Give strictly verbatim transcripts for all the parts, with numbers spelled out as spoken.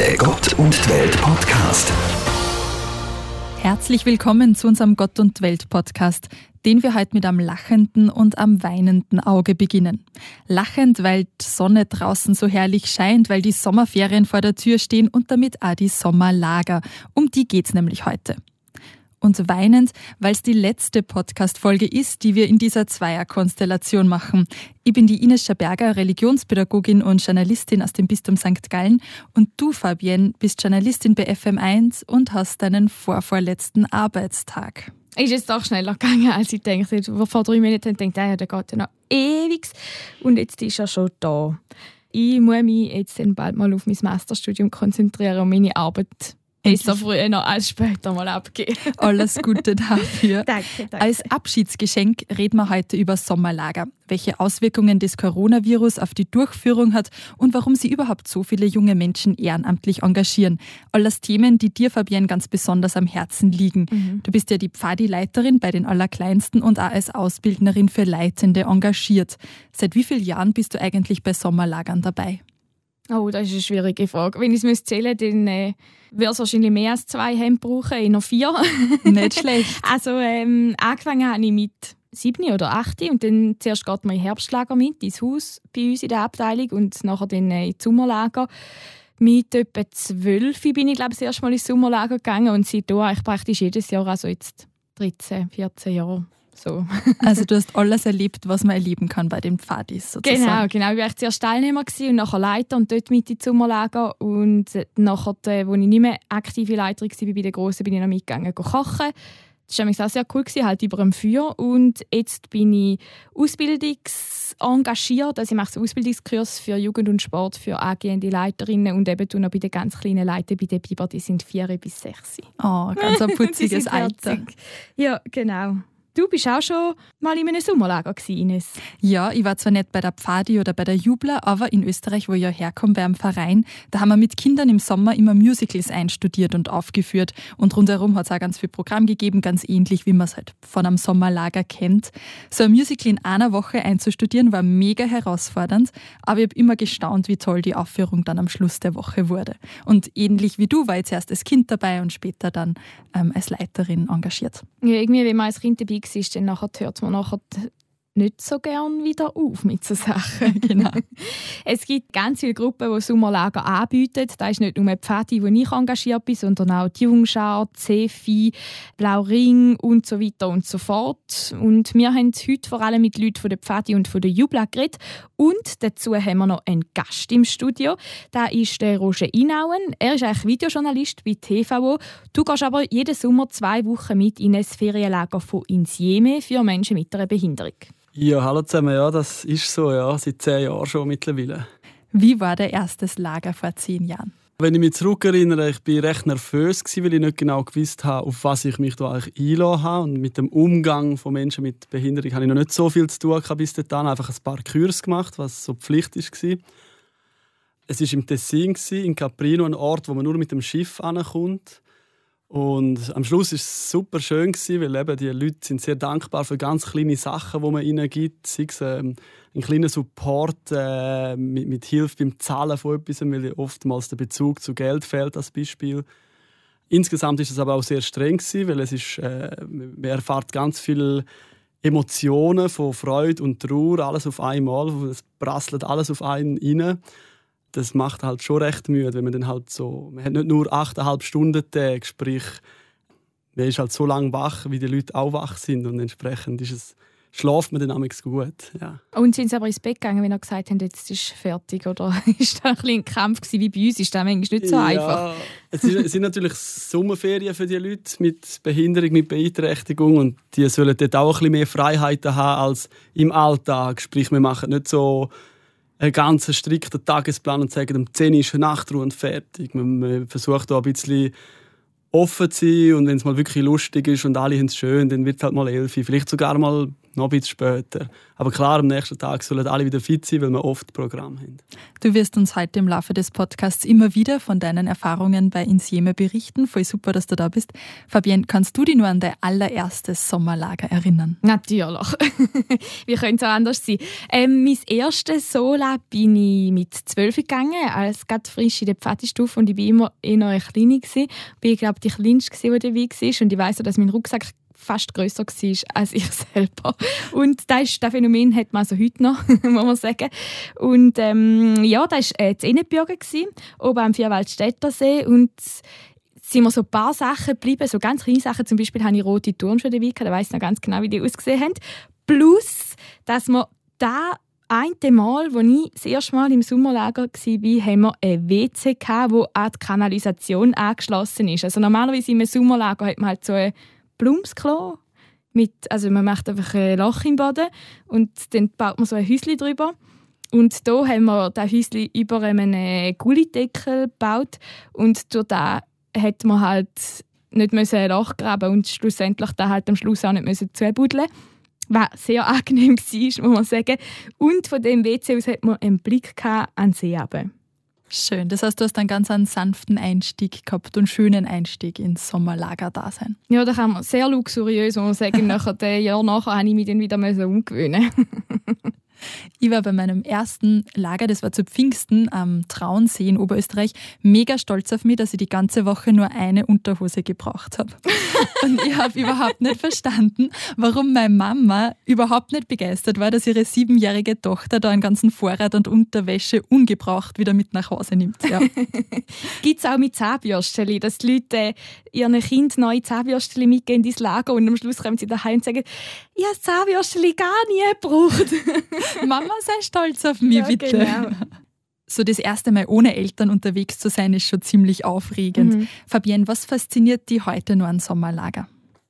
Der Gott und die Welt Podcast. Herzlich willkommen zu unserem Gott und die Welt Podcast, den wir heute mit einem lachenden und am weinenden Auge beginnen. Lachend, weil die Sonne draußen so herrlich scheint, weil die Sommerferien vor der Tür stehen und damit auch die Sommerlager. Um die geht's nämlich heute. Und weinend, weil es die letzte Podcast-Folge ist, die wir in dieser Zweierkonstellation machen. Ich bin die Ines Schaberger, Religionspädagogin und Journalistin aus dem Bistum Sankt Gallen. Und du, Fabienne, bist Journalistin bei F M eins und hast deinen vorvorletzten Arbeitstag. Ist jetzt doch schneller gegangen, als ich dachte. Vor drei Minuten dachte ich, ja, der geht ja noch ewig. Und jetzt ist er schon da. Ich muss mich jetzt dann bald mal auf mein Masterstudium konzentrieren und meine Arbeit besser früher noch als später mal abgeben. Alles Gute dafür. Danke, danke. Als Abschiedsgeschenk reden wir heute über Sommerlager, welche Auswirkungen das Coronavirus auf die Durchführung hat und warum sie überhaupt so viele junge Menschen ehrenamtlich engagieren. Alles Themen, die dir, Fabienne, ganz besonders am Herzen liegen. Mhm. Du bist ja die Pfadi-Leiterin bei den Allerkleinsten und auch als Ausbildnerin für Leitende engagiert. Seit wie vielen Jahren bist du eigentlich bei Sommerlagern dabei? Oh, das ist eine schwierige Frage. Wenn ich es zählen müsste, dann äh, würde es wahrscheinlich mehr als zwei Hemden brauchen, eher vier. Nicht schlecht. Also ähm, angefangen habe ich mit sieben oder acht und dann zuerst geht man in Herbstlager mit, ins Haus bei uns in der Abteilung und nachher dann äh, ins Sommerlager. Mit etwa zwölf bin ich, glaube ich, das erste Mal ins Sommerlager gegangen und seitdem eigentlich praktisch jedes Jahr, also jetzt dreizehn, vierzehn Jahre. So. Also du hast alles erlebt, was man erleben kann bei den Pfadis sozusagen. Genau, genau. Ich war zuerst Teilnehmer und nachher Leiter und dort mit ins Sommerlager. Und nachher, als ich nicht mehr aktive Leiterin war, bei den Grossen, bin ich noch mitgegangen kochen. Das war auch sehr cool, halt über dem Feuer. Und jetzt bin ich ausbildungsengagiert. Also ich mache so Ausbildungskurs für Jugend und Sport für angehende Leiterinnen und eben noch bei den ganz kleinen Leuten, bei den Biber, die sind vier bis sechs. Oh, ganz ein putziges Alter. Ja, genau. Du bist auch schon mal in einem Sommerlager gewesen, Ines. Ja, ich war zwar nicht bei der Pfadi oder bei der Jubler, aber in Österreich, wo ich ja herkomme, bei einem Verein, da haben wir mit Kindern im Sommer immer Musicals einstudiert und aufgeführt. Und rundherum hat es auch ganz viel Programm gegeben, ganz ähnlich, wie man es halt von einem Sommerlager kennt. So ein Musical in einer Woche einzustudieren, war mega herausfordernd, aber ich habe immer gestaunt, wie toll die Aufführung dann am Schluss der Woche wurde. Und ähnlich wie du war ich zuerst als Kind dabei und später dann ähm, als Leiterin engagiert. Ja, irgendwie, wenn man als Kind dabei war, dann nachher hört man nachher nicht so gern wieder auf mit so Sachen. Genau. Es gibt ganz viele Gruppen, die Sommerlager anbieten. Da ist nicht nur die Pfadi, wo ich engagiert bin, sondern auch die Jungschar, Zefi, Blauring und so weiter und so fort. Und wir haben heute vor allem mit Leuten von der Pfadi und von der Jubla geredet. Und dazu haben wir noch einen Gast im Studio. Das ist der Roger Inauen. Er ist eigentlich Videojournalist bei T V O. Du gehst aber jeden Sommer zwei Wochen mit in ein Ferienlager von Insieme für Menschen mit einer Behinderung. Ja, hallo zusammen. Ja, das ist so, ja, seit zehn Jahren schon mittlerweile. Wie war der erste Lager vor zehn Jahren? Wenn ich mich zurückerinnere, ich war recht nervös, weil ich nicht genau gewusst habe, auf was ich mich da eigentlich einlassen habe. Und mit dem Umgang von Menschen mit Behinderung habe ich noch nicht so viel zu tun gehabt bis dahin. Einfach ein paar Kurse gemacht, was so Pflicht war. Es war im Tessin, in Caprino, ein Ort, wo man nur mit dem Schiff ankommt. Und am Schluss war es super schön, weil eben die Leute sind sehr dankbar für ganz kleine Sachen, die man ihnen gibt. Sei es ähm, ein kleiner Support äh, mit, mit Hilfe beim Zahlen von etwas, weil oftmals der Bezug zu Geld fehlt als Beispiel. Insgesamt ist es aber auch sehr streng, weil es ist, äh, man erfährt ganz viele Emotionen von Freude und Trauer, alles auf einmal. Es prasselt alles auf einen rein. Das macht halt schon recht müde, wenn man dann halt so, man hat nicht nur achteinhalb Stunden Tag, sprich, man ist halt so lange wach, wie die Leute auch wach sind und entsprechend ist es, schläft man dann manchmal gut. Ja. Und sind sie aber ins Bett gegangen, wenn sie gesagt haben, jetzt ist fertig, oder ist das ein, ein Kampf gewesen, wie bei uns? Ist das manchmal nicht so ja, einfach? Es, ist, es sind natürlich Sommerferien für die Leute mit Behinderung, mit Beeinträchtigung und die sollen dort auch ein bisschen mehr Freiheiten haben als im Alltag, sprich, wir machen nicht so einen ganz strikten Tagesplan und sagen, um zehn Uhr ist Nachtruhe und fertig. Man, man versucht auch ein bisschen offen zu sein und wenn es mal wirklich lustig ist und alle haben es schön, dann wird es halt mal elf, vielleicht sogar mal noch ein bisschen später. Aber klar, am nächsten Tag sollen alle wieder fit sein, weil wir oft Programm haben. Du wirst uns heute im Laufe des Podcasts immer wieder von deinen Erfahrungen bei Insieme berichten. Voll super, dass du da bist. Fabienne, kannst du dich nur an dein allererstes Sommerlager erinnern? Natürlich. Wie könnte es auch anders sein? Ähm, mein erstes Sola bin ich mit zwölf gegangen, als gerade frisch in der Pfadistufe, und ich war immer eh noch eine Kleine. Ich bin, glaube ich, die Kleinste, die dabei war. Und ich weiss, dass mein Rucksack fast grösser war als ich selber. Und das, das Phänomen hat man also heute noch, muss man sagen. Und ähm, ja, das war äh, in Enetbürgen, oben am Vierwaldstättersee. Und sind mir so ein paar Sachen geblieben, so ganz kleine Sachen. Zum Beispiel hatte ich rote Turnschuhe dabei, da weiss ich noch ganz genau, wie die ausgesehen haben. Plus, dass wir da ein Mal, als ich das erste Mal im Sommerlager war, haben wir ein W C gehabt, das an die Kanalisation angeschlossen ist. Also normalerweise im Sommerlager hat man halt so ein Plumpsklo. Mit, also man macht einfach ein Loch im Boden und dann baut man so ein Häuschen drüber. Und da haben wir das Häuschen über einen Gullideckel gebaut und durch das hat man halt nicht ein Loch graben und schlussendlich da halt am Schluss auch nicht zubuddeln. Was sehr angenehm war, muss man sagen. Und von dem W C aus hat man einen Blick an den See runter. Schön. Das heißt, du hast einen ganz einen sanften Einstieg gehabt und einen schönen Einstieg ins Sommerlager-Dasein. Ja, da kann man sehr luxuriös, muss man sagen. Nachher, ein Jahr nachher musste ich mich dann wieder umgewöhnen. Ich war bei meinem ersten Lager, das war zu Pfingsten am Traunsee in Oberösterreich, mega stolz auf mich, dass ich die ganze Woche nur eine Unterhose gebraucht habe. Und ich habe überhaupt nicht verstanden, warum meine Mama überhaupt nicht begeistert war, dass ihre siebenjährige Tochter da einen ganzen Vorrat und Unterwäsche ungebraucht wieder mit nach Hause nimmt. Ja. Gibt es auch mit Zahnbürstchen, dass die Leute äh, ihren Kindern neue Zahnbürstchen mitgeben ins Lager und am Schluss kommen sie daheim und sagen, ich habe das Zahnbürstchen gar nie gebraucht. Mama, sei stolz auf mich, ja, bitte. Genau. So das erste Mal ohne Eltern unterwegs zu sein, ist schon ziemlich aufregend. Mhm. Fabienne, was fasziniert dich heute noch an Sommerlager?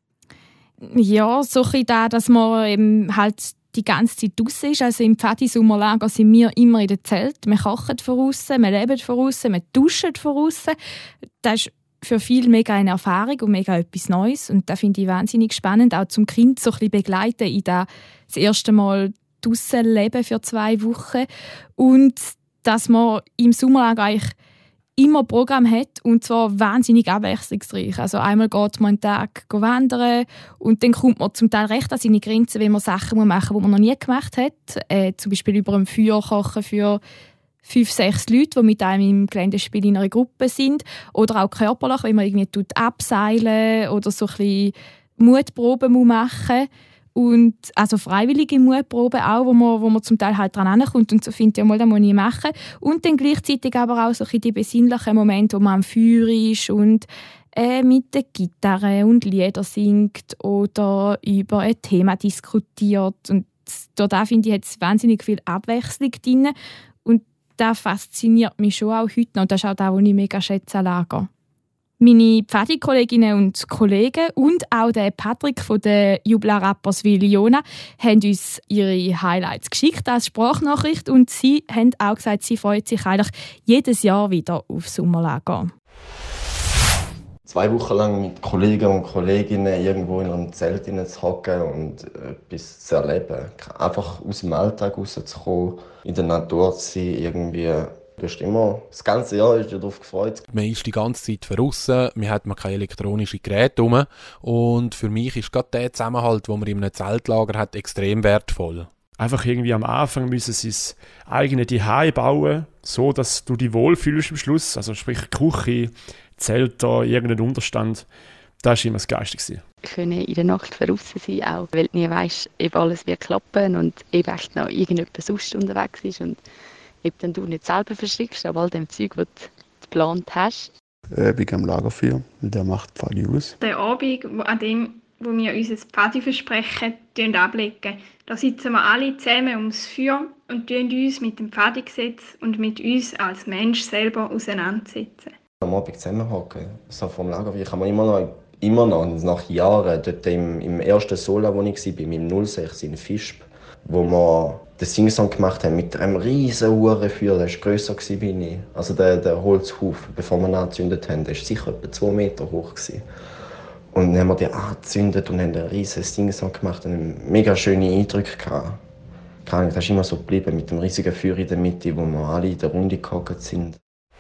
Ja, so ein da, dass man eben halt die ganze Zeit draussen ist. Also im Pfadi-Sommerlager sind wir immer in den Zelt. Wir kochen von aussen, wir leben von aussen, wir duschen von aussen. Das ist für viele mega eine Erfahrung und mega etwas Neues. Und das finde ich wahnsinnig spannend, auch zum Kind so ein bisschen begleiten in das, das erste Mal draussen leben für zwei Wochen. Und dass man im Sommerlager eigentlich immer Programm hat, und zwar wahnsinnig abwechslungsreich. Also einmal geht man einen Tag wandern und dann kommt man zum Teil recht an seine Grenzen, wenn man Sachen machen muss, die man noch nie gemacht hat. Äh, zum Beispiel über ein Feuer kochen für fünf, sechs Leute, die mit einem im Geländespiel in einer Gruppe sind. Oder auch körperlich, wenn man irgendwie abseilen oder so ein bisschen Mutproben machen muss. Und also freiwillige Mutproben auch, wo man, wo man zum Teil halt dran ankommt und so findet, ja mal, das muss ich machen. Und dann gleichzeitig aber auch so die besinnlichen Momente, wo man am Feuer ist und äh, mit der Gitarre und Lieder singt oder über ein Thema diskutiert. Und da finde ich, hat es wahnsinnig viel Abwechslung drin. Und das fasziniert mich schon auch heute noch. Und das ist auch das, was ich mega schätze an Lager. Meine Pfadi-Kolleginnen und Kollegen und auch der Patrick von der Jubla Rapperswil Jona haben uns ihre Highlights geschickt als Sprachnachricht und sie haben auch gesagt, sie freuen sich eigentlich jedes Jahr wieder auf Sommerlager. Zwei Wochen lang mit Kollegen und Kolleginnen irgendwo in einem Zelt zu hocken und etwas zu erleben. Einfach aus dem Alltag rauszukommen, in der Natur zu sein, irgendwie. Du hast immer, das ganze Jahr ist darauf gefreut. Man ist die ganze Zeit draussen, man hat keine elektronischen Geräte rum. Und für mich ist gerade der Zusammenhalt, den man in einem Zeltlager hat, extrem wertvoll. Einfach irgendwie am Anfang müssen sie das eigene Zuhause bauen, so dass du dich wohlfühlst am Schluss. Also sprich Küche, Zelte, irgendein Unterstand. Das war immer das Geilste. Können in der Nacht draussen sein, auch weil du nie weißt, ob alles wird klappen und ob echt noch irgendjemand sonst unterwegs ist. Und ob dann du nicht selber verschickst, aber all dem Zeug, das du geplant hast. Ich bin am Lagerfeuer, der macht Pfadi aus. Der Abend, an dem wo wir unser Pfadi-Versprechen ablegen, da sitzen wir alle zusammen ums Feuer und uns mit dem Pfadi-Gesetz und mit uns als Mensch selber auseinandersetzen. Am Abend zusammenhocken, so vom Lagerfeuer, kann man immer noch, immer noch nach Jahren, dort im, im ersten Sola, wo ich war, im null sechs in Fischb, wo wir den Singsong gemacht haben mit einem riesen Uhrenfeuer, der war grösser als ich. Also der, der Holzhaufen, bevor wir ihn angezündet haben, der war sicher etwa zwei Meter hoch. Und dann haben wir die angezündet und haben einen riesen Singsong gemacht und einen mega schönen Eindruck gehabt. Das ist immer so geblieben, mit dem riesigen Feuer in der Mitte, wo wir alle in der Runde gehockt sind.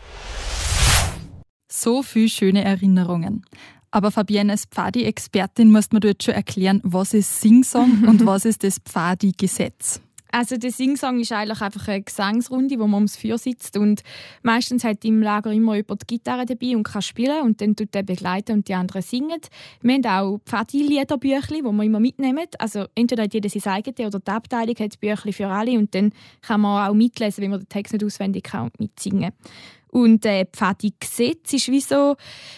So viele schöne Erinnerungen. Aber Fabienne, als Pfadi-Expertin musst mir jetzt schon erklären, was ist Singsong und was ist das Pfadi-Gesetz? Also der Singsong ist eigentlich einfach eine Gesangsrunde, wo man ums Feuer sitzt und meistens hat im Lager immer jemand die Gitarre dabei und kann spielen und dann tut der begleiten und die anderen singen. Wir haben auch Pfadi-Liederbüchli, die wir immer mitnehmen. Also entweder hat jeder sein eigenes oder die Abteilung hat Büchli für alle und dann kann man auch mitlesen, wenn man den Text nicht auswendig kann und mitsingen. Und äh, Pfadi-Gesetz ist wie so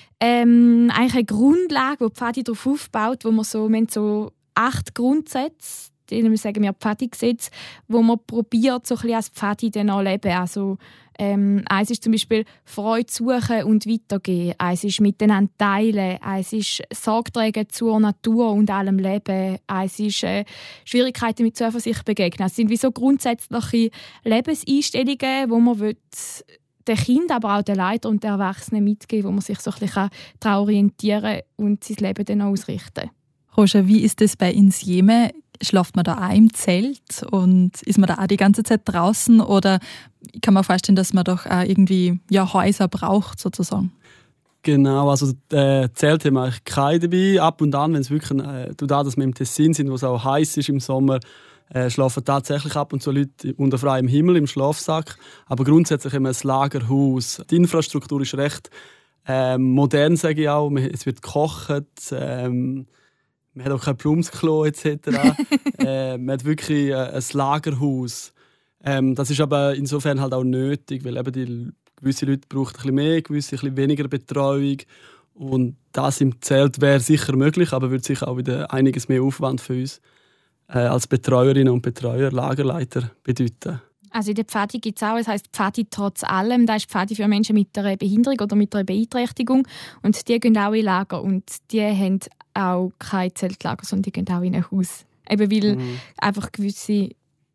ähm, eigentlich eine Grundlage, wo Pfadi darauf aufbaut, wo man so, wir haben so acht Grundsätze, denen sagen wir Pfadi-Gesetz, wo man probiert, so ein bisschen als Pfadi dann auch leben. Also, ähm, eins ist zum Beispiel Freude suchen und weitergehen. Eins ist miteinander teilen. Eins ist Sorge tragen zur Natur und allem Leben. Eins ist äh, Schwierigkeiten mit Zuversicht begegnen. Das sind wie so grundsätzliche Lebenseinstellungen, wo man will, den Kindern, aber auch den Leitern und den Erwachsenen mitgeben, wo man sich so ein bisschen daran orientieren kann und sein Leben dann ausrichten. Roger, wie ist das bei Insjeme? Schlaft man da auch im Zelt und ist man da auch die ganze Zeit draußen oder ich kann mir vorstellen, dass man doch auch irgendwie ja, Häuser braucht sozusagen? Genau, also äh, Zelte haben wir eigentlich keine dabei. Ab und an, wenn es wirklich äh, da, dass wir im Tessin sind, wo es auch heiß ist im Sommer, äh, schlafen tatsächlich ab und zu Leute unter freiem Himmel im Schlafsack. Aber grundsätzlich haben wir ein Lagerhaus. Die Infrastruktur ist recht äh, modern, sage ich auch. Es wird gekocht. Ähm, Man hat auch kein Plumpsklo et cetera. äh, man hat wirklich äh, ein Lagerhaus. Ähm, das ist aber insofern halt auch nötig, weil eben die, gewisse Leute brauchen ein bisschen mehr, gewisse ein bisschen weniger Betreuung. Und das im Zelt wäre sicher möglich, aber würde sicher auch wieder einiges mehr Aufwand für uns äh, als Betreuerinnen und Betreuer, Lagerleiter bedeuten. Also in der Pfadi gibt es auch, es heisst Pfadi trotz allem. Das ist Pfadi für Menschen mit einer Behinderung oder mit einer Beeinträchtigung. Und die gehen auch in Lager und die haben auch kein Zeltlager, sondern die gehen auch in ein Haus. Eben weil mhm. einfach gewisse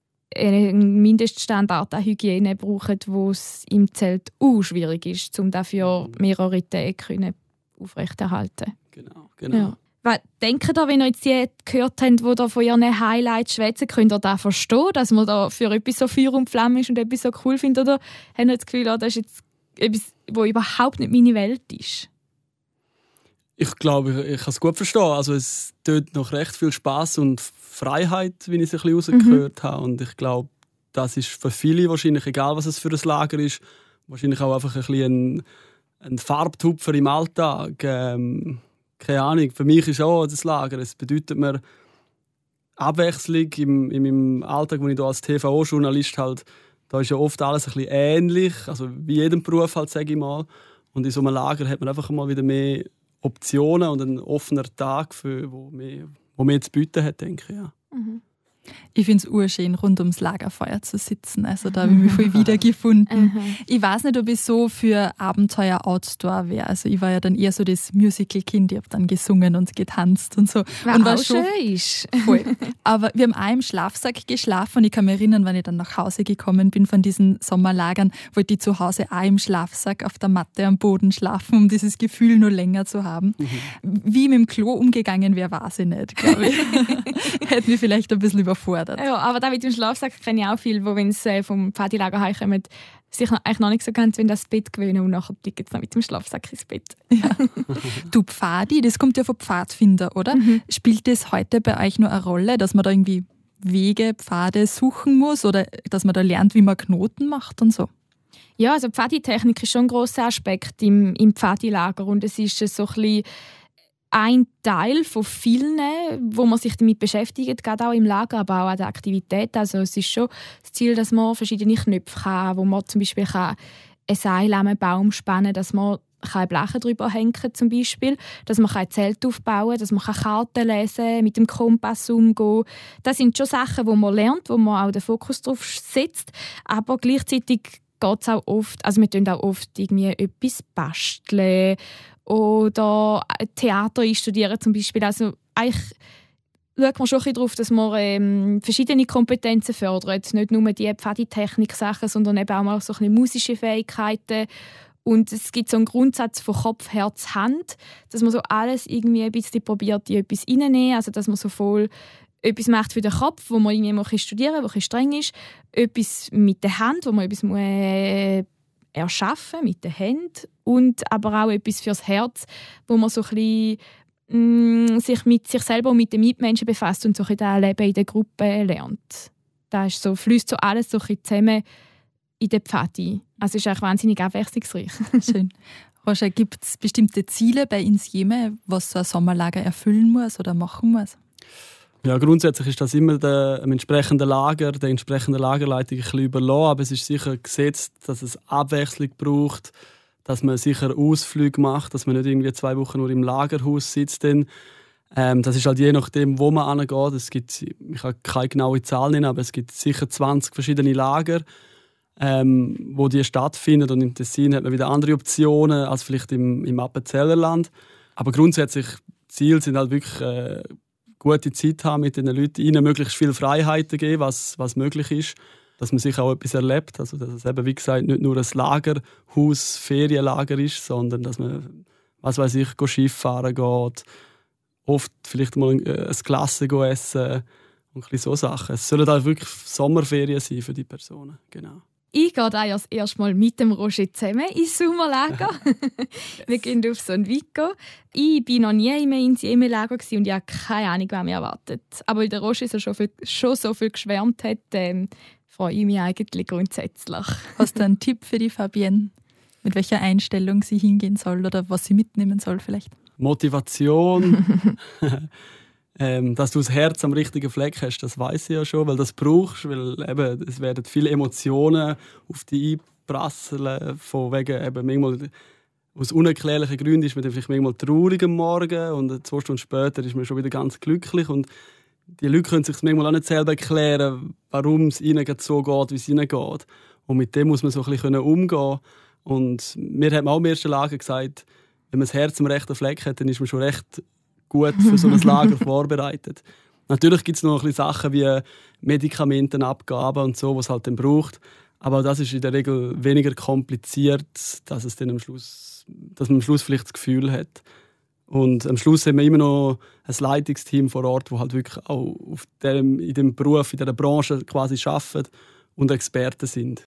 einen Mindeststandard an Hygiene brauchen, wo es im Zelt auch schwierig ist, um dafür mehrere Tage aufrechterhalten. Genau, genau. Ja. Was denkt ihr, wenn ihr jetzt die gehört habt, die da von ihren Highlights schwätzen, könnt ihr das verstehen, dass man da für etwas so Feuer und Flamme ist und etwas so cool findet? Oder habt ihr das Gefühl, das ist jetzt etwas, was überhaupt nicht meine Welt ist? Ich glaube, ich, ich kann es gut verstehen. Also es tut noch recht viel Spass und Freiheit, wie ich es ein bisschen rausgehört mhm. habe. Und ich glaube, das ist für viele wahrscheinlich, egal was es für ein Lager ist, wahrscheinlich auch einfach ein bisschen ein, ein Farbtupfer im Alltag. Ähm, keine Ahnung, für mich ist auch das Lager. Es bedeutet mir Abwechslung im, in meinem Alltag, wo ich da als T V O-Journalist halt, da ist ja oft alles ein bisschen ähnlich, also wie jedem Beruf halt, sage ich mal. Und in so einem Lager hat man einfach mal wieder mehr Optionen und einen offener Tag, für, wo, mehr, wo mehr zu bieten hat, denke ich. Ja. Mhm. Ich finde es urschön, rund ums Lagerfeuer zu sitzen. Also da habe ich mich voll wiedergefunden. Mhm. Ich weiß nicht, ob ich so für Abenteuer Outdoor wäre. Also ich war ja dann eher so das Musical-Kind. Ich habe dann gesungen und getanzt und so. Was und war auch schon schön ist. Voll. Aber wir haben auch im Schlafsack geschlafen und ich kann mich erinnern, wenn ich dann nach Hause gekommen bin von diesen Sommerlagern, wollte ich zu Hause auch im Schlafsack auf der Matte am Boden schlafen, um dieses Gefühl nur länger zu haben. Mhm. Wie ich mit dem Klo umgegangen wäre, weiß ich nicht, glaube ich. Hätte mich vielleicht ein bisschen überfordert. Ja, aber da mit dem Schlafsack kenne ich auch viel, wo, wenn sie vom Pfadilager heimkommen, sich noch, eigentlich noch nicht so ganz wenn das Bett gewöhnen und nachher liegen sie noch mit dem Schlafsack ins Bett. Ja. Du, Pfadi, das kommt ja von Pfadfinder, oder? Mhm. Spielt das heute bei euch nur eine Rolle, dass man da irgendwie Wege, Pfade suchen muss oder dass man da lernt, wie man Knoten macht und so? Ja, also Pfaditechnik ist schon ein grosser Aspekt im, im Pfadilager und es ist so ein bisschen ein Teil von vielen, wo man sich damit beschäftigt, gerade auch im Lager, aber auch an der Aktivität. Also es ist schon das Ziel, dass man verschiedene Knöpfe kann, wo man zum Beispiel kann ein Seil an einen Baum spannen kann, dass man eine Bleche drüber hängen kann, zum Beispiel, dass man ein Zelt aufbauen kann, dass man Karten lesen kann, mit dem Kompass umgehen. Das sind schon Sachen, die man lernt, wo man auch den Fokus drauf setzt, aber gleichzeitig geht es auch oft, also wir tun auch oft irgendwie etwas basteln oder Theater einstudieren zum Beispiel. Also eigentlich schaut man schon ein bisschen darauf, dass man ähm, verschiedene Kompetenzen fördert. Nicht nur die Pfaditechnik-Sachen, sondern eben auch mal so ein bisschen musische Fähigkeiten. Und es gibt so einen Grundsatz von Kopf, Herz, Hand, dass man so alles irgendwie ein bisschen probiert, in etwas reinzunehmen. Also dass man so voll etwas macht für den Kopf, wo man irgendwie mal studieren muss, wo streng ist. Etwas mit der Hand, wo man etwas muss, äh, erschaffen mit den Händen. Und aber auch etwas fürs Herz, wo man so ein bisschen mh, sich mit sich selber und mit den Mitmenschen befasst und so ein bisschen das Leben in der Gruppe lernt. Da ist so, fließt so alles so ein bisschen zusammen in den Pfad ein. Also es ist eigentlich wahnsinnig abwechslungsreich. Schön. Roger, gibt es bestimmte Ziele bei Insjeme, was so ein Sommerlager erfüllen muss oder machen muss? Ja, grundsätzlich ist das immer der, dem entsprechenden Lager, der entsprechenden Lagerleitung ein bisschen überlassen. Aber es ist sicher gesetzt, dass es Abwechslung braucht, dass man sicher Ausflüge macht, dass man nicht irgendwie zwei Wochen nur im Lagerhaus sitzt. Dann. Ähm, das ist halt je nachdem, wo man hingeht. Es gibt, ich habe keine genaue Zahl nennen, aber es gibt sicher zwanzig verschiedene Lager, ähm, wo die stattfinden. Und im Tessin hat man wieder andere Optionen als vielleicht im, im Appenzellerland. Aber grundsätzlich Ziele sind halt wirklich äh, gute Zeit haben mit den Leuten, ihnen möglichst viel Freiheiten geben, was, was möglich ist. Dass man sich auch etwas erlebt. Also, dass es eben, wie gesagt, nicht nur ein Lagerhaus, Ferienlager ist, sondern dass man, was weiß ich, Skifahren geht, oft vielleicht mal ein, ein Glas essen und ein so Sachen. Es sollen auch wirklich Sommerferien sein für die Personen. Genau. Ich gehe da das erste Mal mit dem Roger zusammen ins Sommerlager. Wir gehen auf so ein Vico. Ich war noch nie in einem Insjeme-Lager und ich habe keine Ahnung, was mich erwartet. Aber weil der Roger so schon, viel, schon so viel geschwärmt hat, ähm, freue ich mich eigentlich grundsätzlich. Hast du einen Tipp für die Fabienne? Mit welcher Einstellung sie hingehen soll oder was sie mitnehmen soll vielleicht? Motivation. ähm, dass du das Herz am richtigen Fleck hast, das weiß ich ja schon, weil das brauchst, weil eben, es werden viele Emotionen auf dich einprasseln, von wegen eben manchmal aus unerklärlichen Gründen ist man dann vielleicht manchmal traurig am Morgen und zwei Stunden später ist man schon wieder ganz glücklich und die Leute können sich manchmal auch nicht selber erklären, warum es ihnen so geht, wie es ihnen geht. Und mit dem muss man so ein bisschen umgehen. Und mir hat man auch im ersten Lager gesagt, wenn man das Herz am rechten Fleck hat, dann ist man schon recht gut für so ein Lager vorbereitet. Natürlich gibt es noch ein bisschen Sachen wie Medikamentenabgaben und so, was es halt dann braucht. Aber das ist in der Regel weniger kompliziert, dass, es dann am Schluss, dass man am Schluss vielleicht das Gefühl hat. Und am Schluss haben wir immer noch ein Leitungsteam vor Ort, das halt wirklich auch auf dem, in dem Beruf, in dieser Branche quasi arbeitet und Experten sind.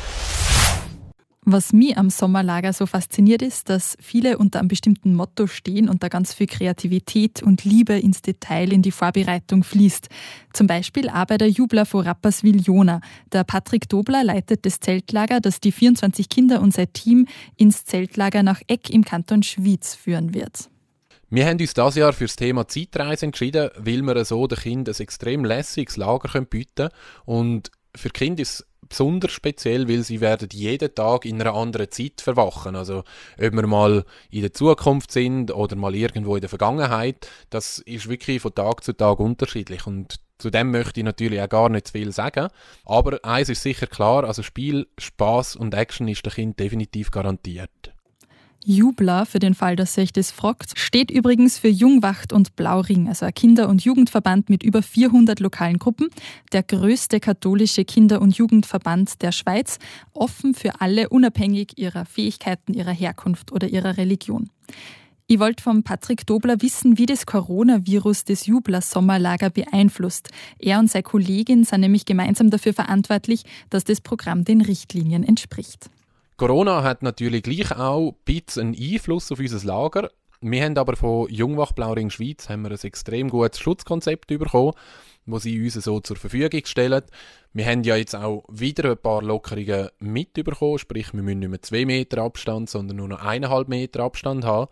Was mich am Sommerlager so fasziniert ist, dass viele unter einem bestimmten Motto stehen und da ganz viel Kreativität und Liebe ins Detail in die Vorbereitung fließt. Zum Beispiel auch bei der Jubler von Rapperswil-Jona. Der Patrick Dobler leitet das Zeltlager, das die vierundzwanzig Kinder und sein Team ins Zeltlager nach Egg im Kanton Schwyz führen wird. Wir haben uns dieses Jahr für das Thema Zeitreise entschieden, weil wir so den Kindern ein extrem lässiges Lager bieten können. Und für die Kinder ist es besonders speziell, weil sie werden jeden Tag in einer anderen Zeit verwachen. Also ob wir mal in der Zukunft sind oder mal irgendwo in der Vergangenheit, das ist wirklich von Tag zu Tag unterschiedlich. Und zu dem möchte ich natürlich auch gar nicht zu viel sagen. Aber eins ist sicher klar, also Spiel, Spass und Action ist den Kindern definitiv garantiert. Jubler, für den Fall, dass ihr euch das fragt, steht übrigens für Jungwacht und Blauring, also ein Kinder- und Jugendverband mit über vierhundert lokalen Gruppen, der größte katholische Kinder- und Jugendverband der Schweiz, offen für alle, unabhängig ihrer Fähigkeiten, ihrer Herkunft oder ihrer Religion. Ich wollte von Patrick Dobler wissen, wie das Coronavirus das Jubler Sommerlager beeinflusst. Er und seine Kollegin sind nämlich gemeinsam dafür verantwortlich, dass das Programm den Richtlinien entspricht. Corona hat natürlich gleich auch ein bisschen einen Einfluss auf unser Lager. Wir haben aber von Jungwacht Blauring Schweiz haben wir ein extrem gutes Schutzkonzept bekommen, das sie uns so zur Verfügung stellen. Wir haben ja jetzt auch wieder ein paar Lockerungen mitbekommen, sprich wir müssen nicht mehr zwei Meter Abstand, sondern nur noch eineinhalb Meter Abstand haben.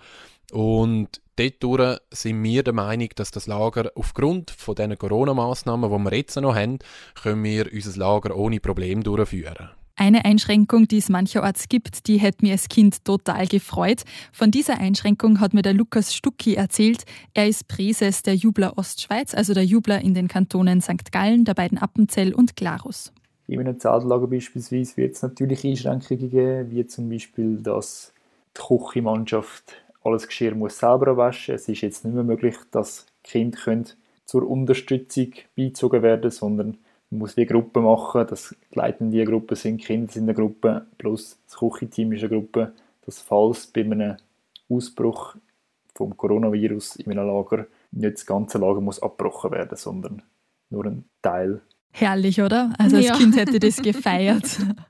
Und dort sind wir der Meinung, dass das Lager aufgrund von diesen Corona-Massnahmen, die wir jetzt noch haben, können wir unser Lager ohne Probleme durchführen. Eine Einschränkung, die es mancherorts gibt, die hätte mir als Kind total gefreut. Von dieser Einschränkung hat mir der Lukas Stucki erzählt. Er ist Präses der Jubler Ostschweiz, also der Jubler in den Kantonen Sankt Gallen, der beiden Appenzell und Glarus. In einem Zeltlager beispielsweise wird es natürlich Einschränkungen geben, wie zum Beispiel, dass die Küchenmannschaft alles Geschirr muss selber waschen. Es ist jetzt nicht mehr möglich, dass Kinder können zur Unterstützung beizogen werden können, sondern man muss wie Gruppen machen, das leitende Gruppe sind, Kinder sind eine Gruppe, plus das Küchenteam ist eine Gruppe, dass falls bei einem Ausbruch vom Coronavirus in einem Lager nicht das ganze Lager muss abgebrochen werden, sondern nur ein Teil. Herrlich, oder? Also als Ja. Kind hätte ich das gefeiert.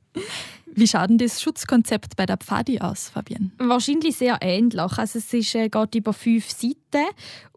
Wie schaut denn das Schutzkonzept bei der Pfadi aus, Fabienne? Wahrscheinlich sehr ähnlich. Also es ist, äh, geht über fünf Seiten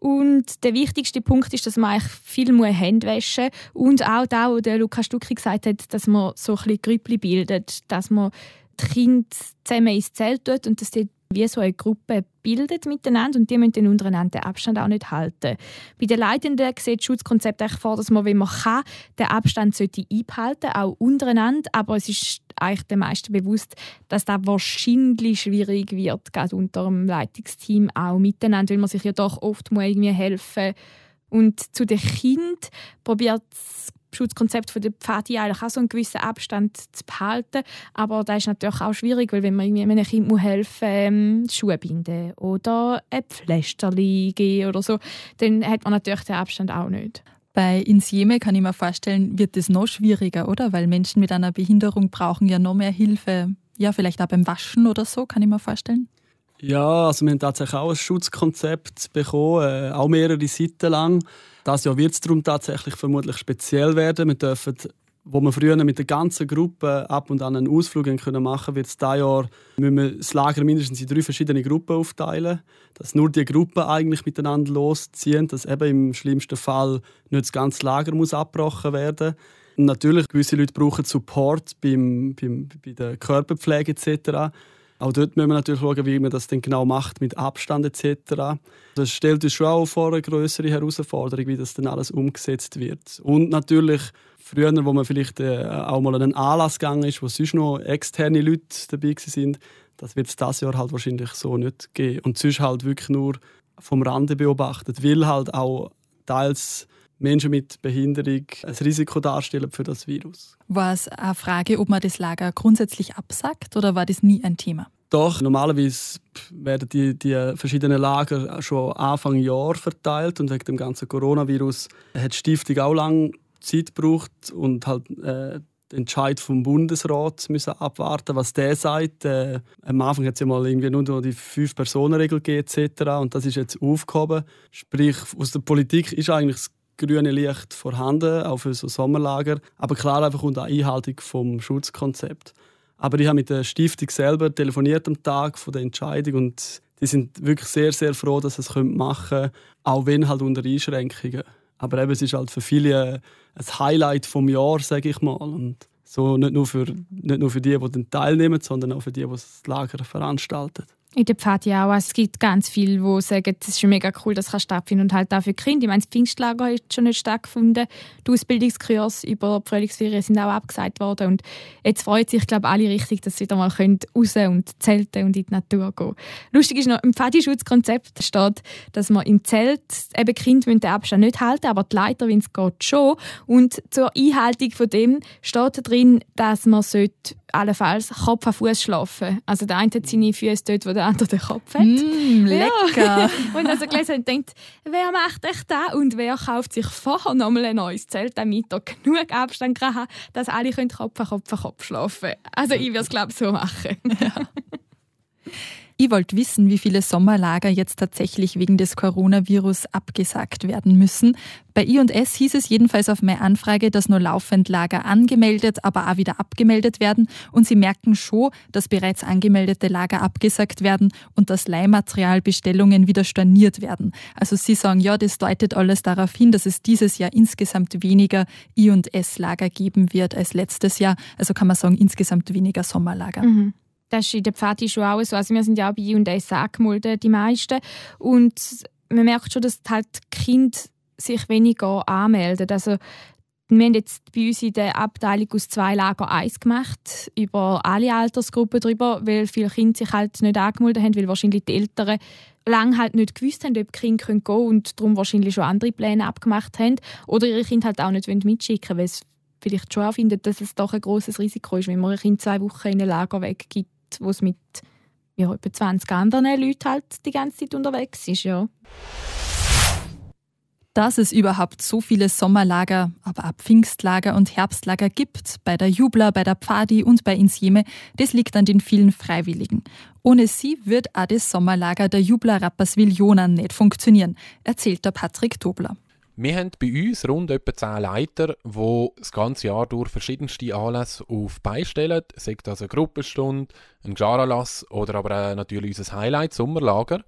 und der wichtigste Punkt ist, dass man eigentlich viel muss Hände waschen und auch da, wo der Lukas Stucki gesagt hat, dass man so ein bisschen Grüppli bildet, dass man die Kinder zusammen ins Zelt tut und dass die wie so eine Gruppe bildet miteinander und die müssen dann untereinander den Abstand auch nicht halten. Bei den Leitenden sieht das Schutzkonzept eigentlich vor, dass man, wenn man kann, den Abstand sollte einbehalten, auch untereinander, aber es ist eigentlich den meisten bewusst, dass das wahrscheinlich schwierig wird, gerade unter dem Leitungsteam auch miteinander, weil man sich ja doch oft muss irgendwie helfen muss. Und zu den Kindern probiert das Schutzkonzept von der Pfadi eigentlich auch so einen gewissen Abstand zu behalten. Aber das ist natürlich auch schwierig, weil wenn man irgendwie einem Kind helfen muss, ähm, Schuhe binden oder ein Pflästerli geben oder so, dann hat man natürlich den Abstand auch nicht. Bei Insieme kann ich mir vorstellen, wird es noch schwieriger, oder? Weil Menschen mit einer Behinderung brauchen ja noch mehr Hilfe. Ja, vielleicht auch beim Waschen oder so, kann ich mir vorstellen. Ja, also wir haben tatsächlich auch ein Schutzkonzept bekommen, äh, auch mehrere Seiten lang. Das Jahr wird es darum tatsächlich vermutlich speziell werden. Wir dürfen, wo wir früher mit der ganzen Gruppe ab und an einen Ausflug machen können, wird es dieses Jahr müssen wir das Lager mindestens in drei verschiedene Gruppen aufteilen. Dass nur die Gruppen eigentlich miteinander losziehen, dass eben im schlimmsten Fall nicht das ganze Lager muss abgebrochen werden muss. Und natürlich, gewisse Leute brauchen Support beim, beim, bei der Körperpflege et cetera. Auch dort müssen wir natürlich schauen, wie man das denn genau macht, mit Abstand et cetera. Das stellt uns schon auch vor eine grössere Herausforderung, wie das dann alles umgesetzt wird. Und natürlich früher, wo man vielleicht äh, auch mal an einen Anlass gegangen ist, wo sonst noch externe Leute dabei waren, das wird es dieses Jahr halt wahrscheinlich so nicht geben. Und sonst halt wirklich nur vom Rande beobachtet, weil halt auch teils Menschen mit Behinderung ein Risiko darstellen für das Virus. War es eine Frage, ob man das Lager grundsätzlich absagt oder war das nie ein Thema? Doch, normalerweise werden die, die verschiedenen Lager schon Anfang Jahr verteilt und wegen dem ganzen Coronavirus hat die Stiftung auch lange Zeit gebraucht und halt äh, den Entscheid vom Bundesrat müssen abwarten, was der sagt. Äh, am Anfang hat es ja mal irgendwie nur die Fünf-Personen-Regel gegeben et cetera und das ist jetzt aufgehoben. Sprich, aus der Politik ist eigentlich das grüne Licht vorhanden, auch für so Sommerlager, aber klar einfach unter Einhaltung vom Schutzkonzept. Aber ich habe mit der Stiftung selber telefoniert am Tag von der Entscheidung und die sind wirklich sehr, sehr froh, dass sie es machen können, auch wenn halt unter Einschränkungen. Aber eben, es ist halt für viele ein Highlight vom Jahr, sage ich mal. Und so nicht nur für, nicht nur für die, die dann teilnehmen, sondern auch für die, die das Lager veranstalten. In der Pfadi auch. Es gibt ganz viele, die sagen, es ist mega cool, dass es stattfinden und halt auch für die Kinder. Ich meine, das Pfingstlager hat schon nicht stattgefunden. Die Ausbildungskurse über die Frühlingsferien sind auch abgesagt worden. Und jetzt freuen sich, glaube ich, alle richtig, dass sie wieder mal raus und zelten und in die Natur gehen. Lustig ist noch, im Pfadi-Schutzkonzept steht, dass man im Zelt eben Kinder den Abstand nicht halten, aber die Leiter, wenn es geht, schon. Und zur Einhaltung von dem steht drin, dass man sollte allenfalls Kopf an Fuß schlafen. Also der eine hat seine Füße dort, wo der andere den Kopf hat. Mm, lecker! Ja. Und also gelesen und denkt, wer macht echt das und wer kauft sich vorher nochmal ein neues Zelt, damit er genug Abstand haben kann, dass alle Kopf an Kopf an Kopf schlafen können. Also ich würde es, glaube ich, so machen. Ja. Ich wollte wissen, wie viele Sommerlager jetzt tatsächlich wegen des Coronavirus abgesagt werden müssen. Bei I und S hieß es jedenfalls auf meine Anfrage, dass nur laufend Lager angemeldet, aber auch wieder abgemeldet werden. Und sie merken schon, dass bereits angemeldete Lager abgesagt werden und dass Leihmaterialbestellungen wieder storniert werden. Also sie sagen, ja, das deutet alles darauf hin, dass es dieses Jahr insgesamt weniger I und S-Lager geben wird als letztes Jahr. Also kann man sagen, insgesamt weniger Sommerlager. Mhm. Das ist in der Pfadi schon auch so. Also wir sind ja auch bei I und S angemeldet, die meisten. Und man merkt schon, dass halt die Kinder sich weniger anmelden. Also wir haben jetzt bei uns in der Abteilung aus zwei Lager eins gemacht, über alle Altersgruppen drüber, weil viele Kinder sich halt nicht angemeldet haben, weil wahrscheinlich die Eltern lange halt nicht gewusst haben, ob die Kinder gehen können und darum wahrscheinlich schon andere Pläne abgemacht haben. Oder ihre Kinder halt auch nicht mitschicken wollen, weil sie vielleicht schon auch finden, dass es doch ein grosses Risiko ist, wenn man ein Kind zwei Wochen in ein Lager weggibt, wo es mit ja, etwa zwanzig anderen Leuten halt die ganze Zeit unterwegs ist. Ja. Dass es überhaupt so viele Sommerlager, aber auch Pfingstlager und Herbstlager gibt, bei der Jubla, bei der Pfadi und bei Insieme, das liegt an den vielen Freiwilligen. Ohne sie wird auch das Sommerlager der Jubla Rapperswil-Jona nicht funktionieren, erzählt der Patrick Tobler. Wir haben bei uns rund etwa zehn Leiter, die das ganze Jahr durch verschiedenste Anlässe auf die Beine stellen. Sei das eine Gruppenstunde, ein Jaranlass oder aber auch natürlich unser Highlight, Sommerlager.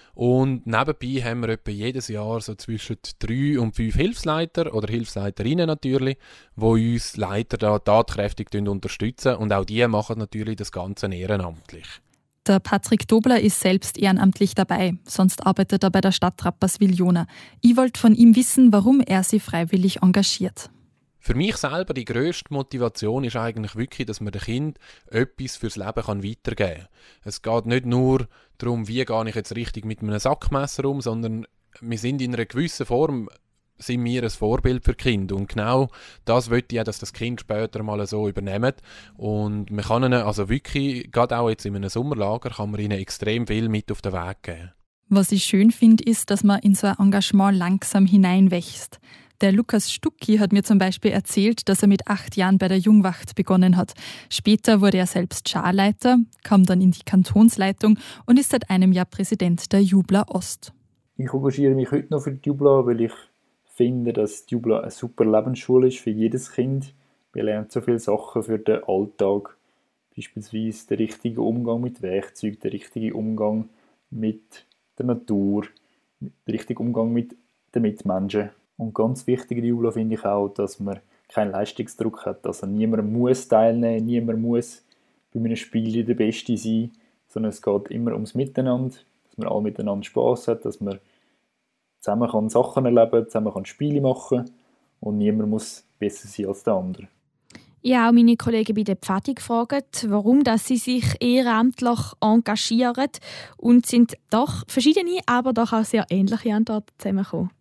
Und nebenbei haben wir etwa jedes Jahr so zwischen drei und fünf Hilfsleiter oder Hilfsleiterinnen natürlich, die uns Leiter da tatkräftig unterstützen. Und auch die machen natürlich das Ganze ehrenamtlich. Der Patrick Tobler ist selbst ehrenamtlich dabei, sonst arbeitet er bei der Stadt Rapperswil-Jona. Ich wollte von ihm wissen, warum er sich freiwillig engagiert. Für mich selber die grösste Motivation ist eigentlich wirklich, dass man dem Kind etwas fürs Leben kann weitergeben kann. Es geht nicht nur darum, wie gehe ich jetzt richtig mit einem Sackmesser um, sondern wir sind in einer gewissen Form sind wir ein Vorbild für Kinder. Und genau das möchte ich auch, dass das Kind später mal so übernimmt. Und man kann ihnen, also wirklich, gerade auch jetzt in einem Sommerlager, kann man ihnen extrem viel mit auf den Weg geben. Was ich schön finde, ist, dass man in so ein Engagement langsam hineinwächst. Der Lukas Stucki hat mir zum Beispiel erzählt, dass er mit acht Jahren bei der Jungwacht begonnen hat. Später wurde er selbst Scharleiter, kam dann in die Kantonsleitung und ist seit einem Jahr Präsident der Jubla Ost. Ich engagiere mich heute noch für die Jubla, weil ich finde, dass die Jubla eine super Lebensschule ist für jedes Kind. Wir lernen so viele Sachen für den Alltag, beispielsweise den richtigen Umgang mit Werkzeugen, den richtigen Umgang mit der Natur, den richtigen Umgang mit den Mitmenschen. Und ganz wichtig in der Jubla finde ich auch, dass man keinen Leistungsdruck hat. Also niemand muss teilnehmen, niemand muss bei einem Spiel der Beste sein, sondern es geht immer ums Miteinander, dass man alle miteinander Spass hat, dass man zusammen kann Sachen erleben, zusammen kann Spiele machen und niemand muss besser sein als der andere. Ich habe auch meine Kollegen bei der Pfadi gefragt, warum dass sie sich ehrenamtlich engagieren, und sind doch verschiedene, aber doch auch sehr ähnliche Antworten zusammengekommen.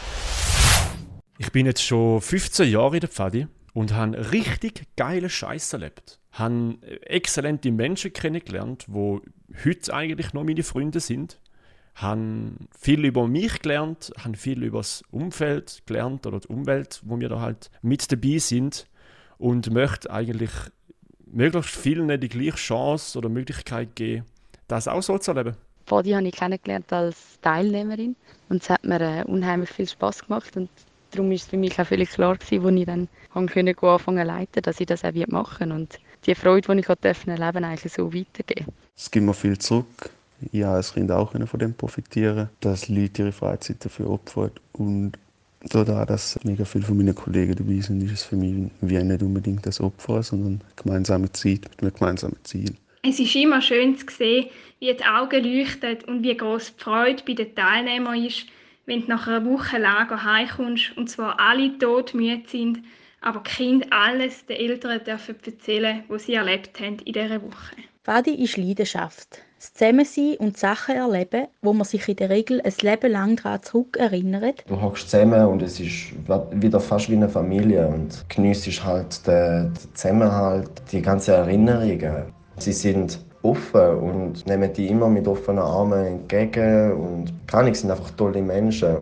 Ich bin jetzt schon fünfzehn Jahre in der Pfadi und habe richtig geile Scheiß erlebt. Ich habe exzellente Menschen kennengelernt, die heute eigentlich noch meine Freunde sind. Ich habe viel über mich gelernt, habe viel über das Umfeld gelernt oder die Umwelt, wo wir da halt mit dabei sind, und möchte eigentlich möglichst vielen die gleiche Chance oder Möglichkeit geben, das auch so zu erleben. Pfadi habe ich kennengelernt als Teilnehmerin und es hat mir äh, unheimlich viel Spass gemacht, und darum war es für mich auch völlig klar gewesen, als ich dann anfangen konnte leiten, dass ich das auch machen und die Freude, die ich erleben durfte, eigentlich so weitergeben. Es gibt mir viel zurück. Ich habe als Kind auch von dem profitieren, dass Leute ihre Freizeit dafür opfern. Und dadurch, dass mega viele von meinen Kollegen dabei sind, ist es für mich wie nicht unbedingt das Opfer, sondern eine gemeinsame Zeit mit einem gemeinsamen Ziel. Es ist immer schön zu sehen, wie die Augen leuchten und wie gross die Freude bei den Teilnehmern ist, wenn du nach einer Woche Lager heimkommst und zwar alle todmüde sind, aber die Kinder alles den Eltern dürfen erzählen, was sie erlebt haben in dieser Woche. Pfadi ist Leidenschaft. Das Zusammensein und Sachen erleben, wo man sich in der Regel ein Leben lang daran zurückerinnert. Du hockst zusammen und es ist wieder fast wie eine Familie und geniessest halt den Zusammenhalt, die ganzen Erinnerungen. Sie sind offen und nehmen die immer mit offenen Armen entgegen und keine sind einfach tolle Menschen.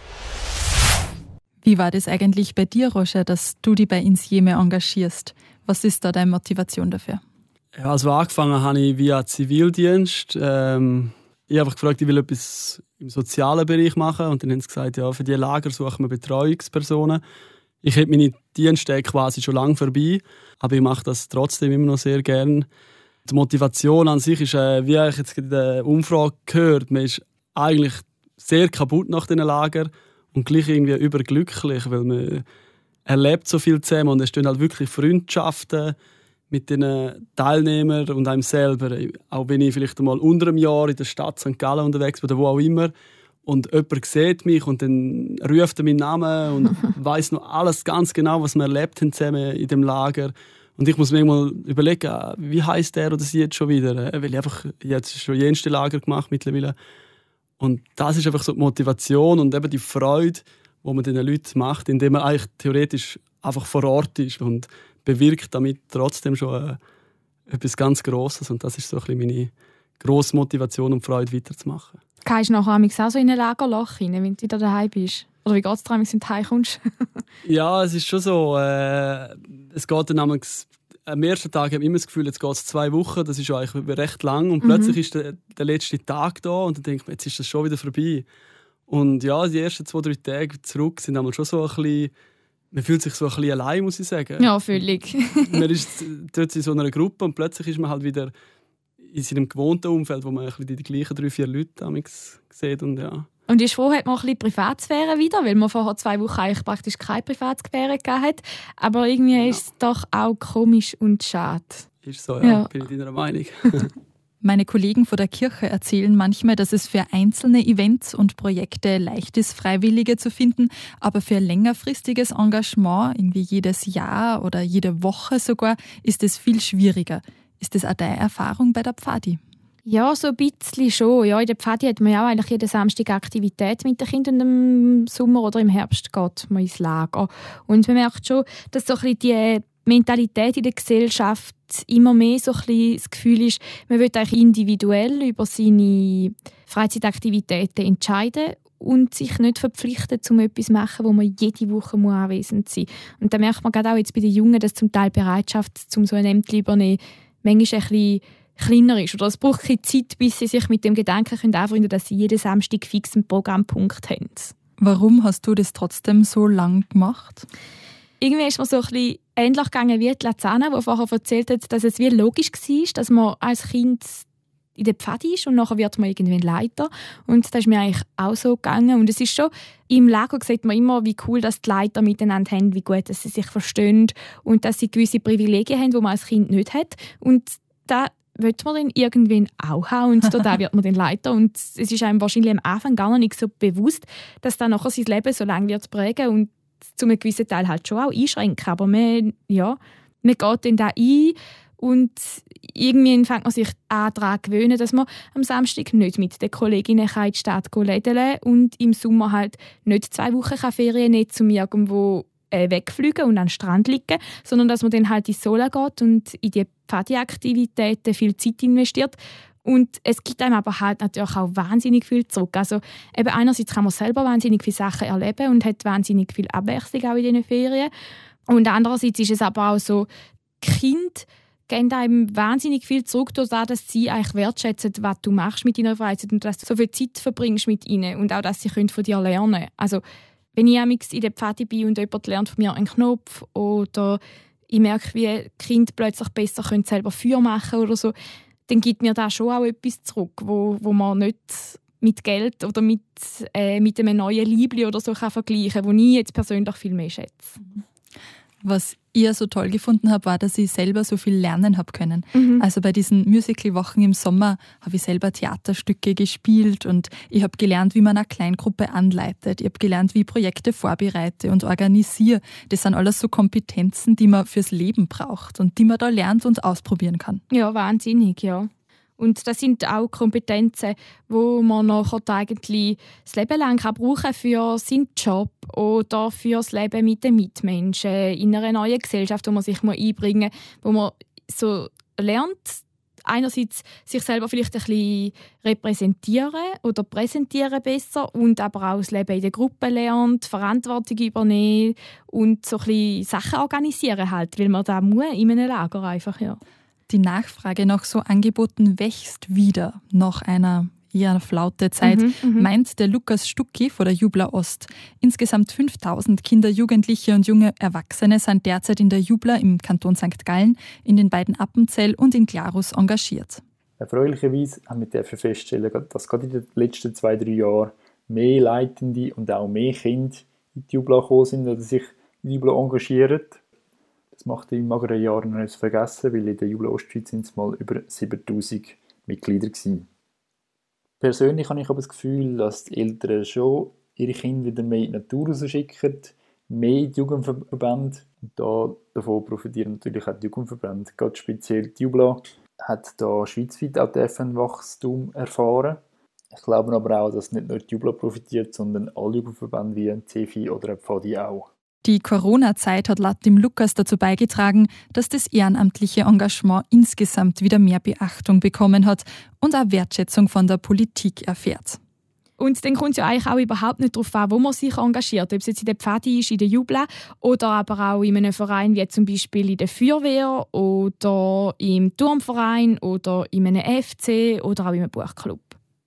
Wie war das eigentlich bei dir, Roger, dass du dich bei Insieme engagierst? Was ist da deine Motivation dafür? Ja, also angefangen habe ich via Zivildienst. Ähm, ich habe einfach gefragt, ich will etwas im sozialen Bereich machen. Und dann haben sie gesagt, ja, für diese Lager suchen wir Betreuungspersonen. Ich habe meine Dienste quasi schon lange vorbei, aber ich mache das trotzdem immer noch sehr gerne. Die Motivation an sich ist, äh, wie ich jetzt in der Umfrage gehört, man ist eigentlich sehr kaputt nach diesen Lager und gleich irgendwie überglücklich, weil man erlebt so viel zusammen und es stehen halt wirklich Freundschaften mit den Teilnehmern und einem selber. Auch wenn ich vielleicht einmal unter einem Jahr in der Stadt Sankt Gallen unterwegs bin oder wo auch immer und jemand sieht mich und dann ruft er meinen Namen und weiss noch alles ganz genau, was wir erlebt haben zusammen in dem Lager. Und ich muss mir mal überlegen, wie heisst der oder sie jetzt schon wieder? Weil ich einfach jetzt schon jenste Lager gemacht mittlerweile. Und das ist einfach so die Motivation und eben die Freude, die man den Leuten macht, indem man eigentlich theoretisch einfach vor Ort ist und bewirkt damit trotzdem schon äh, etwas ganz Grosses. Und das ist so ein bisschen meine grosse Motivation, um Freude weiterzumachen. Gehst du nachher auch so in ein Lagerloch rein, wenn du wieder daheim bist? Oder wie geht es dir, wenn du heim kommst? Ja, es ist schon so. Äh, es geht dann am, am ersten Tag habe ich immer das Gefühl, jetzt geht es zwei Wochen, das ist ja eigentlich recht lang. Und mhm. plötzlich ist der, der letzte Tag da und dann denke ich mir, jetzt ist das schon wieder vorbei. Und ja, die ersten zwei, drei Tage zurück sind einmal schon so ein bisschen, man fühlt sich so ein bisschen allein, muss ich sagen. Ja, völlig. Man ist dort in so einer Gruppe und plötzlich ist man halt wieder in seinem gewohnten Umfeld, wo man ein bisschen die gleichen drei, vier Leute sieht. Und ja. Und ist froh, hat man ein bisschen Privatsphäre wieder, weil man vorher zwei Wochen eigentlich praktisch keine Privatsphäre gehabt. Aber irgendwie ja. ist es doch auch komisch und schade. Ist so, ja. ja. Bin ich deiner Meinung. Meine Kollegen von der Kirche erzählen manchmal, dass es für einzelne Events und Projekte leicht ist, Freiwillige zu finden, aber für längerfristiges Engagement, irgendwie jedes Jahr oder jede Woche sogar, ist es viel schwieriger. Ist das auch deine Erfahrung bei der Pfadi? Ja, so ein bisschen schon. Ja, in der Pfadi hat man ja auch eigentlich jeden Samstag Aktivität mit den Kindern. Im Sommer oder im Herbst geht man ins Lager. Und man merkt schon, dass so ein bisschen die Mentalität in der Gesellschaft immer mehr so ein bisschen das Gefühl ist, man will eigentlich individuell über seine Freizeitaktivitäten entscheiden und sich nicht verpflichten, um etwas zu machen, wo man jede Woche anwesend sein muss. Und da merkt man gerade auch jetzt bei den Jungen, dass zum Teil Bereitschaft, um so ein Amt zu übernehmen, manchmal ein bisschen kleiner ist. Oder es braucht keine Zeit, bis sie sich mit dem Gedanken anfreunden können, dass sie jeden Samstag fix einen Programmpunkt haben. Warum hast du das trotzdem so lange gemacht? Irgendwie ist mir so ein bisschen ähnlich gegangen wie die Lazana, die vorher erzählt hat, dass es wie logisch war, dass man als Kind in der Pfadi ist und nachher wird man irgendwann Leiter. Und das ist mir eigentlich auch so gegangen. Und es ist schon, im Lager sieht man immer, wie cool dass die Leiter miteinander haben, wie gut dass sie sich verstehen und dass sie gewisse Privilegien haben, die man als Kind nicht hat. Und da will man dann irgendwann auch haben und da wird man dann Leiter. Und es ist einem wahrscheinlich am Anfang gar nicht so bewusst, dass dann nachher sein Leben so lange wird prägen und zu einem gewissen Teil halt schon auch einschränken. Aber man, ja, man geht dann da ein und irgendwie fängt man sich auch daran gewöhnen, dass man am Samstag nicht mit den Kolleginnen in die Stadt lädeln kann und im Sommer halt nicht zwei Wochen Ferien nicht zum irgendwo äh, wegfliegen und an den Strand liegen, sondern dass man dann halt ins Sola geht und in die Pfadi-Aktivitäten viel Zeit investiert. Und es gibt einem aber halt natürlich auch wahnsinnig viel zurück. Also eben einerseits kann man selber wahnsinnig viele Sachen erleben und hat wahnsinnig viel Abwechslung auch in diesen Ferien. Und andererseits ist es aber auch so, die Kinder geben einem wahnsinnig viel zurück, dadurch, dass sie eigentlich wertschätzen, was du machst mit deiner Freizeit und dass du so viel Zeit verbringst mit ihnen und auch, dass sie von dir lernen können. Also wenn ich in der Pfadi bin und jemand lernt von mir einen Knopf oder ich merke, wie die Kinder plötzlich besser können selber Feuer machen können oder so, dann gibt mir das schon auch etwas zurück, wo, wo man nicht mit Geld oder mit, äh, mit einem neuen Liebli oder so kann vergleichen kann, wo ich jetzt persönlich viel mehr schätze. Was ich so toll gefunden habe, war, dass ich selber so viel lernen habe können. Mhm. Also bei diesen Musical-Wochen im Sommer habe ich selber Theaterstücke gespielt und ich habe gelernt, wie man eine Kleingruppe anleitet. Ich habe gelernt, wie ich Projekte vorbereite und organisiere. Das sind alles so Kompetenzen, die man fürs Leben braucht und die man da lernt und ausprobieren kann. Ja, wahnsinnig, ja. Und das sind auch Kompetenzen, die man nachher eigentlich das Leben lang brauchen kann für seinen Job oder für das Leben mit den Mitmenschen in einer neuen Gesellschaft, wo man sich einbringen muss, wo man so lernt, einerseits sich selber vielleicht ein bisschen repräsentieren oder präsentieren besser und aber auch das Leben in der Gruppe lernt, Verantwortung übernehmen und so ein bisschen Sachen organisieren halt, weil man da muss in einem Lager einfach, ja. Die Nachfrage nach so Angeboten wächst wieder nach einer eher flaute Zeit, mhm, meint der Lukas Stucki von der Jubla Ost. Insgesamt fünftausend Kinder, Jugendliche und junge Erwachsene sind derzeit in der Jubla im Kanton Sankt Gallen, in den beiden Appenzell und in Glarus engagiert. Erfreulicherweise haben wir feststellen, dass gerade in den letzten zwei, drei Jahren mehr Leitende und auch mehr Kinder in die Jubla gekommen sind oder sich in die Jubla engagieren. Das macht in mageren Jahren noch nicht vergessen, weil in der Jubla Ostschweiz sind es mal über siebentausend Mitglieder gewesen. Persönlich habe ich aber das Gefühl, dass die Eltern schon ihre Kinder wieder mehr in die Natur rausschicken, mehr in die Jugendverbände. Und da, davon profitieren natürlich auch die Jugendverbände. Gerade speziell die Jubla hat da schweizweit auch ein Wachstum erfahren. Ich glaube aber auch, dass nicht nur die Jubla profitiert, sondern alle Jugendverbände wie ein C F I oder ein Pfadi auch. Die Corona-Zeit hat laut dem Lukas dazu beigetragen, dass das ehrenamtliche Engagement insgesamt wieder mehr Beachtung bekommen hat und auch Wertschätzung von der Politik erfährt. Und dann kommt es ja eigentlich auch überhaupt nicht darauf an, wo man sich engagiert. Ob es jetzt in der Pfadi ist, in der Jubla oder aber auch in einem Verein wie zum Beispiel in der Feuerwehr oder im Turmverein oder in einem F C oder auch in einem Buchclub.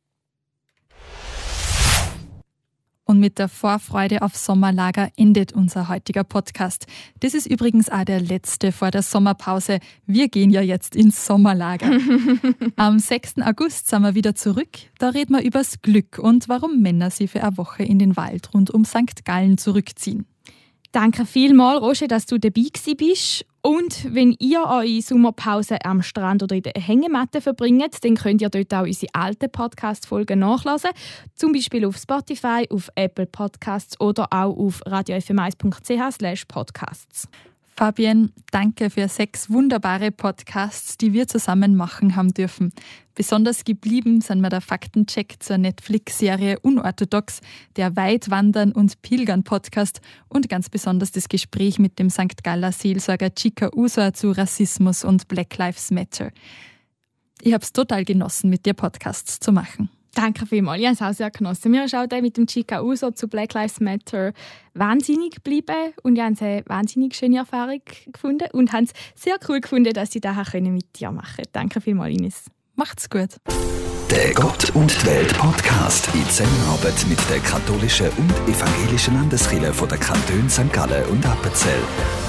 Und mit der Vorfreude auf Sommerlager endet unser heutiger Podcast. Das ist übrigens auch der letzte vor der Sommerpause. Wir gehen ja jetzt ins Sommerlager. Am sechsten August sind wir wieder zurück. Da reden wir übers Glück und warum Männer sie für eine Woche in den Wald rund um Sankt Gallen zurückziehen. Danke vielmals, Roger, dass du dabei bist. Und wenn ihr eure Sommerpause am Strand oder in der Hängematte verbringt, dann könnt ihr dort auch unsere alten Podcast-Folgen nachlesen. Zum Beispiel auf Spotify, auf Apple Podcasts oder auch auf radio f m eins punkt c h slash podcasts. Fabienne, danke für sechs wunderbare Podcasts, die wir zusammen machen haben dürfen. Besonders geblieben sind mir der Faktencheck zur Netflix-Serie Unorthodox, der Weitwandern- und Pilgern-Podcast und ganz besonders das Gespräch mit dem Sankt Galler Seelsorger Chica Usor zu Rassismus und Black Lives Matter. Ich habe es total genossen, mit dir Podcasts zu machen. Danke vielmals, ich habe es auch sehr genossen. Mir ist auch der mit dem Chica Usor zu Black Lives Matter wahnsinnig geblieben und ich habe eine wahnsinnig schöne Erfahrung gefunden und habe es sehr cool gefunden, dass ich das mit dir machen konnte. Danke vielmals, Ines. Macht's gut. Der Gott und die Welt Podcast in Zusammenarbeit mit der katholischen und evangelischen Landeskirche von der Kantone Sankt Gallen und Appenzell.